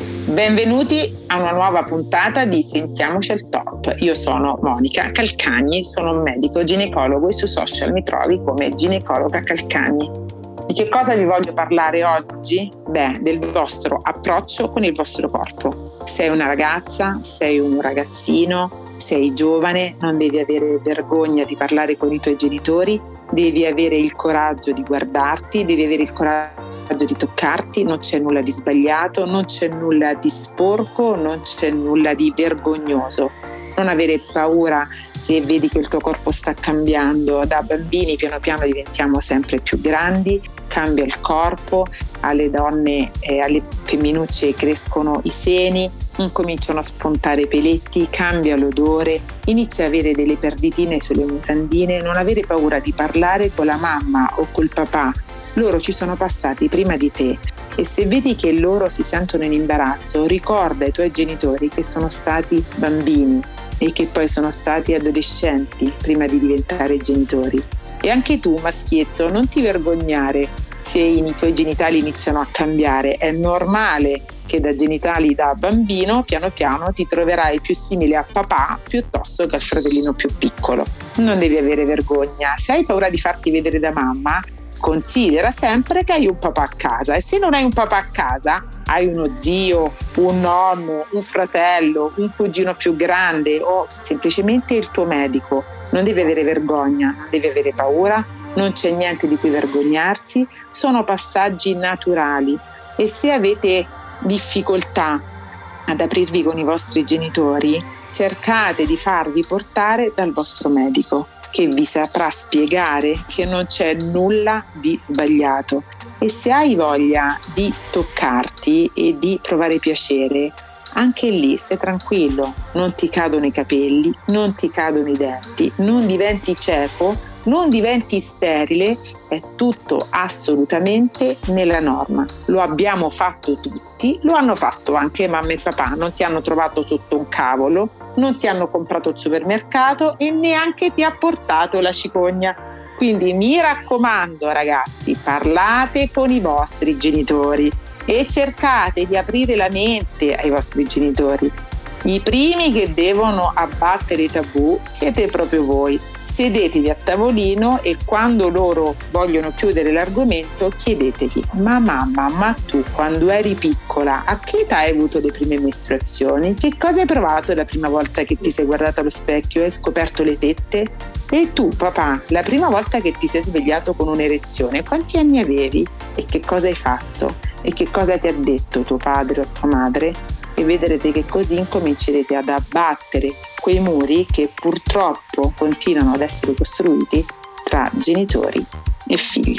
Benvenuti a una nuova puntata di Sentiamoci al Top. Io sono Monica Calcagni, sono un medico ginecologo e su social mi trovi come ginecologa Calcagni. Di che cosa vi voglio parlare oggi? Del vostro approccio con il vostro corpo. Sei una ragazza, sei un ragazzino, sei giovane, non devi avere vergogna di parlare con i tuoi genitori, devi avere il coraggio di guardarti, devi avere il coraggio di toccarti, non c'è nulla di sbagliato, non c'è nulla di sporco, non c'è nulla di vergognoso. Non avere paura se vedi che il tuo corpo sta cambiando. Da bambini piano piano diventiamo sempre più grandi, cambia il corpo, alle donne e alle femminucce crescono i seni, incominciano a spuntare i peletti, cambia l'odore, inizi a avere delle perditine sulle mutandine. Non avere paura di parlare con la mamma o col papà. Loro ci sono passati prima di te e se vedi che loro si sentono in imbarazzo, ricorda ai tuoi genitori che sono stati bambini e che poi sono stati adolescenti prima di diventare genitori. E anche tu, maschietto, non ti vergognare se i tuoi genitali iniziano a cambiare. È normale che da genitali da bambino piano piano ti troverai più simile a papà piuttosto che al fratellino più piccolo. Non devi avere vergogna. Se hai paura di farti vedere da mamma, considera sempre che hai un papà a casa, e se non hai un papà a casa hai uno zio, un nonno, un fratello, un cugino più grande o semplicemente il tuo medico. Non devi avere vergogna, non devi avere paura, non c'è niente di cui vergognarsi, sono passaggi naturali e se avete difficoltà ad aprirvi con i vostri genitori, cercate di farvi portare dal vostro medico, che vi saprà spiegare che non c'è nulla di sbagliato. E se hai voglia di toccarti e di provare piacere, anche lì stai tranquillo, non ti cadono i capelli, non ti cadono i denti, non diventi cieco, non diventi sterile, è tutto assolutamente nella norma. Lo abbiamo fatto tutti, lo hanno fatto anche mamma e papà, non ti hanno trovato sotto un cavolo, non ti hanno comprato al supermercato e neanche ti ha portato la cicogna. Quindi mi raccomando ragazzi, parlate con i vostri genitori e cercate di aprire la mente ai vostri genitori. I primi che devono abbattere i tabù siete proprio voi. Sedetevi a tavolino e quando loro vogliono chiudere l'argomento chiedetegli: ma mamma, ma tu quando eri piccola a che età hai avuto le prime mestruazioni? Che cosa hai provato la prima volta che ti sei guardata allo specchio e hai scoperto le tette? E tu papà, la prima volta che ti sei svegliato con un'erezione, quanti anni avevi? E che cosa hai fatto? E che cosa ti ha detto tuo padre o tua madre? E vedrete che così incomincerete ad abbattere quei muri che purtroppo continuano ad essere costruiti tra genitori e figli.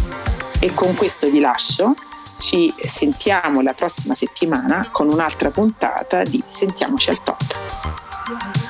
E con questo vi lascio, ci sentiamo la prossima settimana con un'altra puntata di Sentiamoci al Top.